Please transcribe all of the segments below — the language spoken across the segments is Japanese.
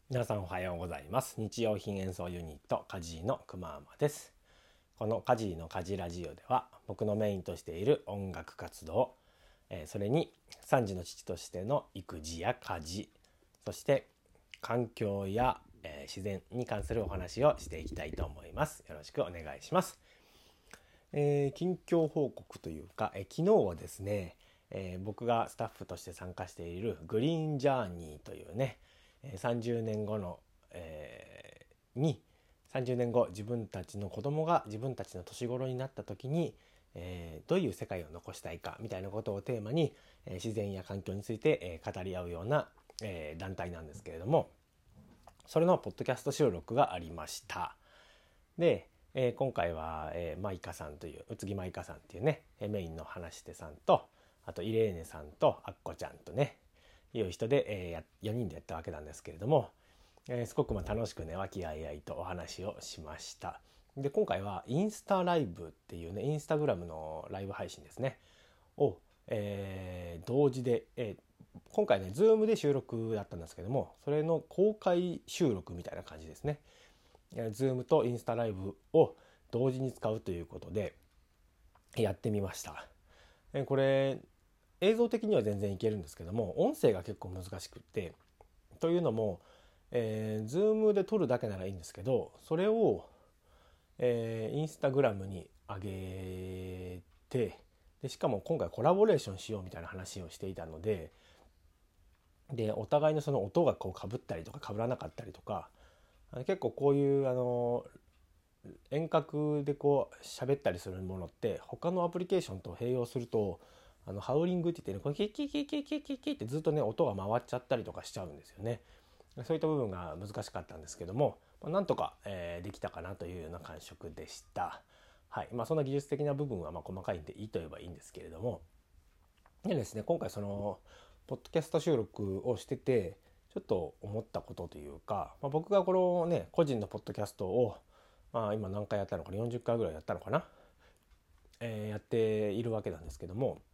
皆さんおはようございます。日用品演奏ユニットカジーのくまーまです。このカジーのカジラジオでは僕のメインとしている音楽活動、それに3児の父としての育児や家事、そして環境や、自然に関するお話をしていきたいと思います。よろしくお願いします。近況報告というか、昨日はですね、僕がスタッフとして参加しているグリーンジャーニーというね、30年後の、に30年後自分たちの子供が自分たちの年頃になった時に、どういう世界を残したいかみたいなことをテーマに、自然や環境について、語り合うような、団体なんですけれども、それのポッドキャスト収録がありました。で、今回は、マイカさんという宇津木マイカさんっていうね、メインの話し手さんと、あとイレーネさんとアッコちゃんとねいう人で、4人でやったわけなんですけれども、すごく楽しくね和気あいあいとお話をしました。で今回はインスタライブっていうねインスタグラムのライブ配信ですねを、同時で、今回ねズームで収録だったんですけども、それの公開収録みたいな感じですね。ズームとインスタライブを同時に使うということでやってみました。これ映像的には全然いけるんですけども、音声が結構難しくって、というのも、ズームで撮るだけならいいんですけど、それを、インスタグラムに上げて、でしかも今回コラボレーションしようみたいな話をしていたので、お互いのその音がこう被ったりとか被らなかったりとか、結構こういう遠隔でこう喋ったりするものって他のアプリケーションと併用するとハウリングって言ってね、これキキキキキキキってずっとね音が回っちゃったりとかしちゃうんですよね。そういった部分が難しかったんですけども、なんとか、できたかなというような感触でした。はい。そんな技術的な部分は細かいんでいいと言えばいいんですけれども、でですね、今回そのポッドキャスト収録をしててちょっと思ったことというか、僕がこのね個人のポッドキャストを、今何回やったのかな、40回ぐらいやったのかな、やっているわけなんですけども、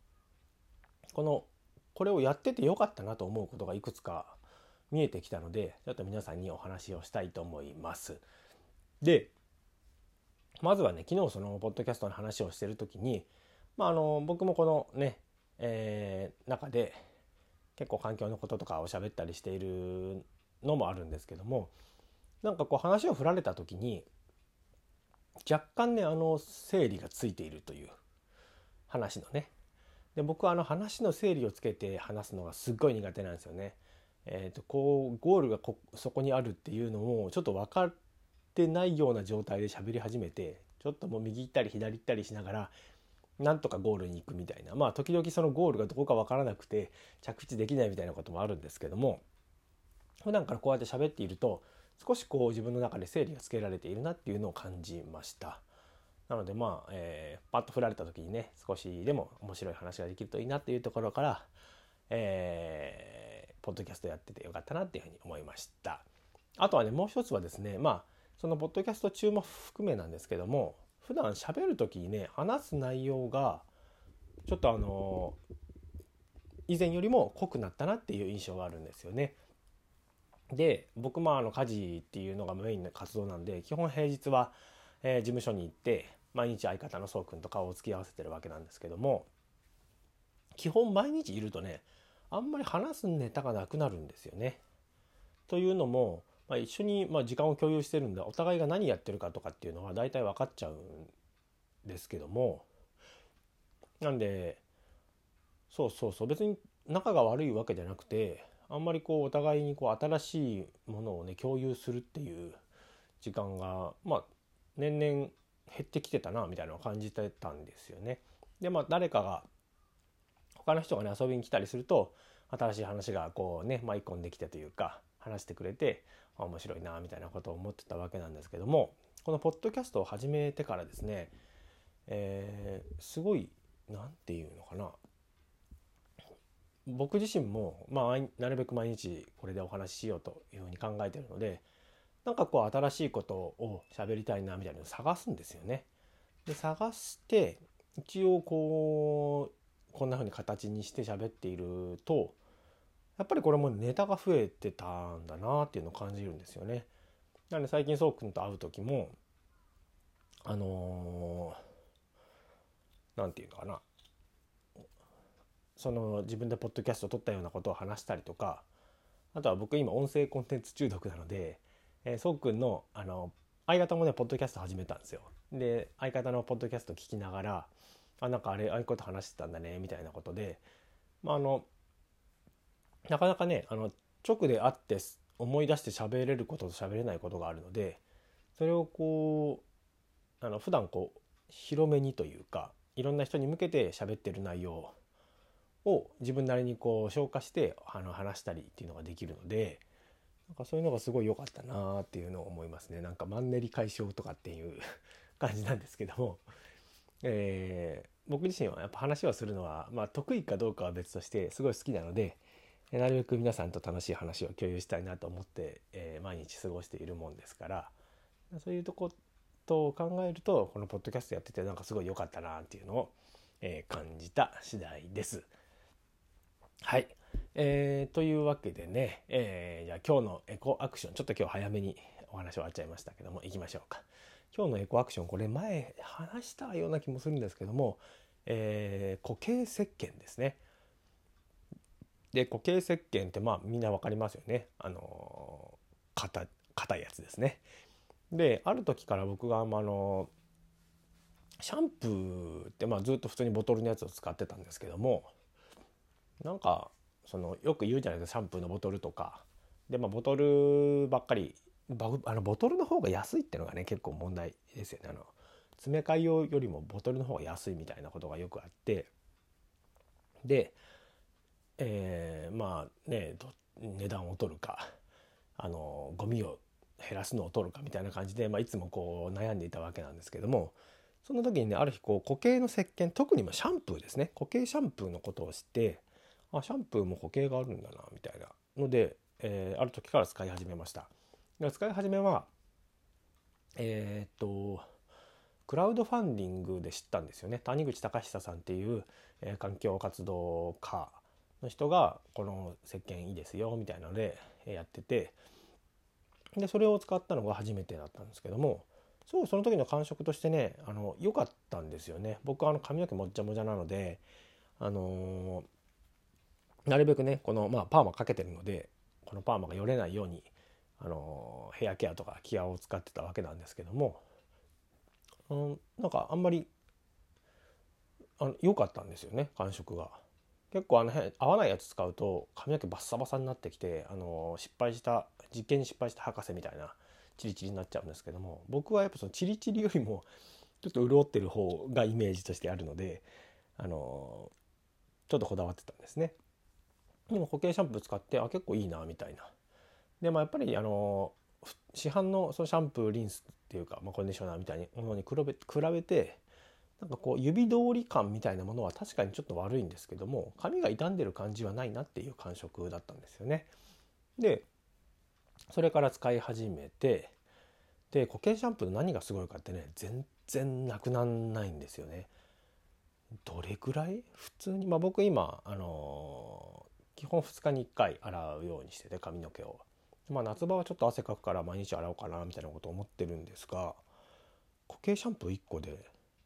これをやっててよかったなと思うことがいくつか見えてきたので、ちょっと皆さんにお話をしたいと思います。でまずはね、昨日そのポッドキャストの話をしてる時に、僕もこのね、中で結構環境のこととかを喋ったりしているのもあるんですけども、なんかこう話を振られた時に若干ね整理がついているという話のね。で僕は話の整理をつけて話すのがすっごい苦手なんですよね。こうゴールがそこにあるっていうのもちょっと分かってないような状態で喋り始めて、ちょっともう右行ったり左行ったりしながらなんとかゴールに行くみたいな、時々そのゴールがどこか分からなくて着地できないみたいなこともあるんですけども、普段からこうやって喋っていると少しこう自分の中で整理がつけられているなっていうのを感じました。なのでパッと振られた時にね、少しでも面白い話ができるといいなっていうところから、ポッドキャストやっててよかったなっていうふうに思いました。あとはね、もう一つはですね、そのポッドキャスト中も含めなんですけども、普段喋る時にね話す内容がちょっと以前よりも濃くなったなっていう印象があるんですよね。で僕も家事っていうのがメインの活動なんで、基本平日は、事務所に行って毎日相方のそうくんと顔を付き合わせてるわけなんですけども、基本毎日いるとねあんまり話すネタがなくなるんですよね。というのも、一緒に時間を共有してるんでお互いが何やってるかとかっていうのは大体分かっちゃうんですけども、なんでそう別に仲が悪いわけじゃなくて、あんまりこうお互いにこう新しいものをね共有するっていう時間が年々減ってきてたなみたいなのを感じてたんですよね。で誰かが他の人がね遊びに来たりすると新しい話がこうね舞い込んできてというか話してくれて面白いなみたいなことを思ってたわけなんですけども、このポッドキャストを始めてからですね、すごいなんていうのかな、僕自身もなるべく毎日これでお話ししようというふうに考えているので、なんかこう新しいことを喋りたいなみたいなのを探すんですよね。で探して一応こんな風に形にして喋っていると、 やっぱりこれもネタが増えてたんだなっていうのを感じるんですよね。なので最近そうくんと会う時もなんていうのかな、その自分でポッドキャストを撮ったようなことを話したりとか、あとは僕今音声コンテンツ中毒なので、そうくんの相方もねポッドキャスト始めたんですよ。で相方のポッドキャスト聞きながら、なんかああいうこと話してたんだねみたいなことで、なかなかね直で会って思い出して喋れることと喋れないことがあるので、それをこう普段こう広めにというか、いろんな人に向けて喋ってる内容を自分なりにこう消化して話したりっていうのができるので、なんかそういうのがすごい良かったなっていうのを思いますね。なんかマンネリ解消とかっていう感じなんですけども、僕自身はやっぱ話をするのは、得意かどうかは別としてすごい好きなので、なるべく皆さんと楽しい話を共有したいなと思って、毎日過ごしているもんですから、そういうとことを考えるとこのポッドキャストやっててなんかすごい良かったなっていうのを、感じた次第です。はい、というわけでね、じゃあ今日のエコアクション、ちょっと今日早めにお話終わっちゃいましたけども、行きましょうか。今日のエコアクション、これ前話したような気もするんですけども、固形石鹸ですね。で固形石鹸ってみんな分かりますよね。硬いやつですね。である時から僕がシャンプーってずっと普通にボトルのやつを使ってたんですけども、なんかよく言うじゃないですか、シャンプーのボトルとかで、ボトルばっかりボトルの方が安いっていうのがね結構問題ですよね。詰め替え用よりもボトルの方が安いみたいなことがよくあって、で値段を取るかゴミを減らすのを取るかみたいな感じで、いつもこう悩んでいたわけなんですけども、その時にねある日固形の石鹸、特にシャンプーですね、固形シャンプーのことを知って、シャンプーも固形があるんだなみたいなので、ある時から使い始めました。使い始めはクラウドファンディングで知ったんですよね。谷口隆久さんっていう、環境活動家の人がこの石鹸いいですよみたいなのでやってて、でそれを使ったのが初めてだったんですけども、その時の感触としてね良かったんですよね。僕は髪の毛もっちゃもじゃなのでなるべくねこの、パーマかけてるのでこのパーマがよれないようにヘアケアとかケアを使ってたわけなんですけども、なんかあんまり良かったんですよね、感触が。結構合わないやつ使うと髪の毛バッサバサになってきて実験に失敗した博士みたいなチリチリになっちゃうんですけども、僕はやっぱそのチリチリよりもちょっと潤ってる方がイメージとしてあるのでちょっとこだわってたんですね。でも固形シャンプー使って結構いいなみたいな。でやっぱり市販のそのシャンプーリンスっていうか、コンディショナーみたいなものに比べてなんかこう指通り感みたいなものは確かにちょっと悪いんですけども、髪が傷んでる感じはないなっていう感触だったんですよね。でそれから使い始めて、で固形シャンプーの何がすごいかってね、全然なくなんないんですよね。どれぐらい普通に、僕今基本2日に1回洗うようにしてて髪の毛を、夏場はちょっと汗かくから毎日洗おうかなみたいなことを思ってるんですが、固形シャンプー1個で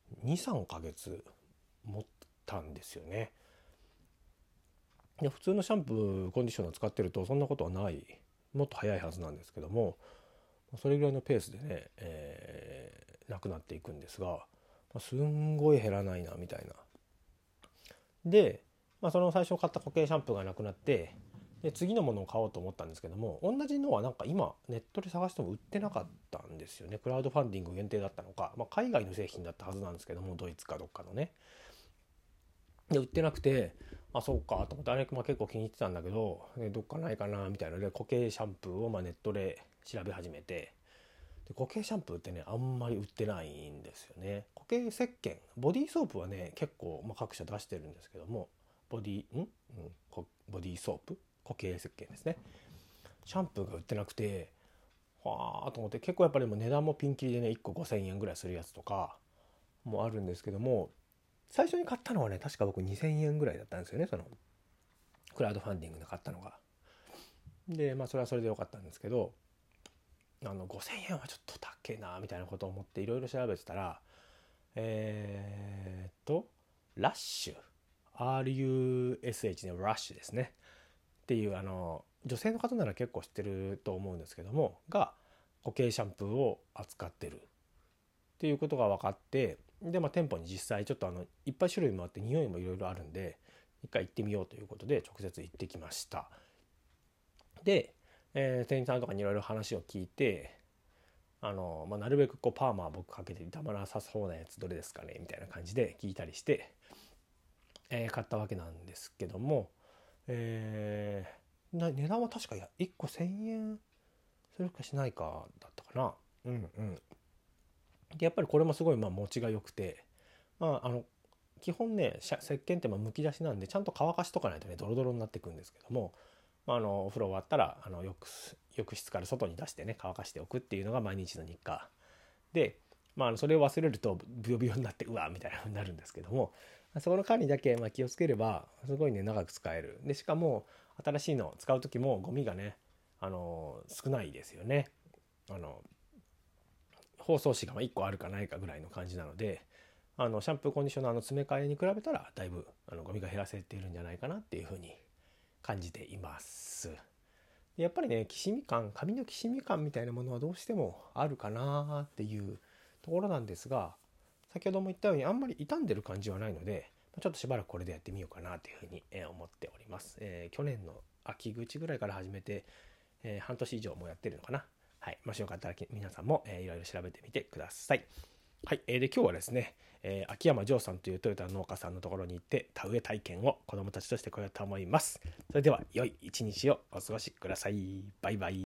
2,3 ヶ月持ったんですよね。で普通のシャンプーコンディショナー使ってるとそんなことはない、もっと早いはずなんですけども、それぐらいのペースでね、なくなっていくんですが、すんごい減らないなみたいな。で、その最初買った固形シャンプーがなくなって、で次のものを買おうと思ったんですけども、同じのはなんか今ネットで探しても売ってなかったんですよね。クラウドファンディング限定だったのか、海外の製品だったはずなんですけども、ドイツかどっかのね。で売ってなくて、そうかと思って、あれ、結構気に入ってたんだけど、どっかないかなみたいなので固形シャンプーをネットで調べ始めて、で固形シャンプーってねあんまり売ってないんですよね。固形石鹸、ボディーソープはね結構、各社出してるんですけども、ボディーソープ、固形石鹸ですね。シャンプーが売ってなくて、はあと思って、結構やっぱりもう値段もピンキリでね、1個5,000円ぐらいするやつとかもあるんですけども、最初に買ったのはね確か僕2,000円ぐらいだったんですよね、そのクラウドファンディングで買ったのが。 でそれはそれでよかったんですけど、5,000円はちょっと高えなみたいなことを思っていろいろ調べてたら、ラッシュ RUSH ね、ラッシュですねっていう女性の方なら結構知ってると思うんですけどもが固形シャンプーを扱ってるっていうことが分かって、で店舗に実際ちょっといっぱい種類もあって匂いもいろいろあるんで一回行ってみようということで直接行ってきました。で、店員さんとかにいろいろ話を聞いてなるべくパーマは僕かけて傷まなさそうなやつどれですかねみたいな感じで聞いたりして、買ったわけなんですけども、値段は確か1個1,000円するかしないかだったかな。でやっぱりこれもすごい持ちが良くて、基本ね石鹸ってむき出しなんでちゃんと乾かしとかないとねドロドロになってくるんですけども、お風呂終わったら浴室から外に出してね乾かしておくっていうのが毎日の日課で、それを忘れるとブヨブヨになってうわみたいな風になるんですけども、そこの管理だけ気をつければすごいね長く使える。でしかも新しいのを使う時もゴミがね少ないですよね。包装紙が1個あるかないかぐらいの感じなので、シャンプーコンディショナーの詰め替えに比べたらだいぶゴミが減らせているんじゃないかなっていうふうに感じています。やっぱりね髪のきしみ感みたいなものはどうしてもあるかなっていうところなんですが、先ほども言ったようにあんまり傷んでる感じはないのでちょっとしばらくこれでやってみようかなというふうに思っております。去年の秋口ぐらいから始めて、半年以上もやってるのかな。はい、もしよかったら皆さんもいろいろ調べてみてください。はい、で今日はですね、秋山城さんというトヨタの農家さんのところに行って田植え体験を子どもたちとしてこようと思います。それでは良い一日をお過ごしください。バイバイ。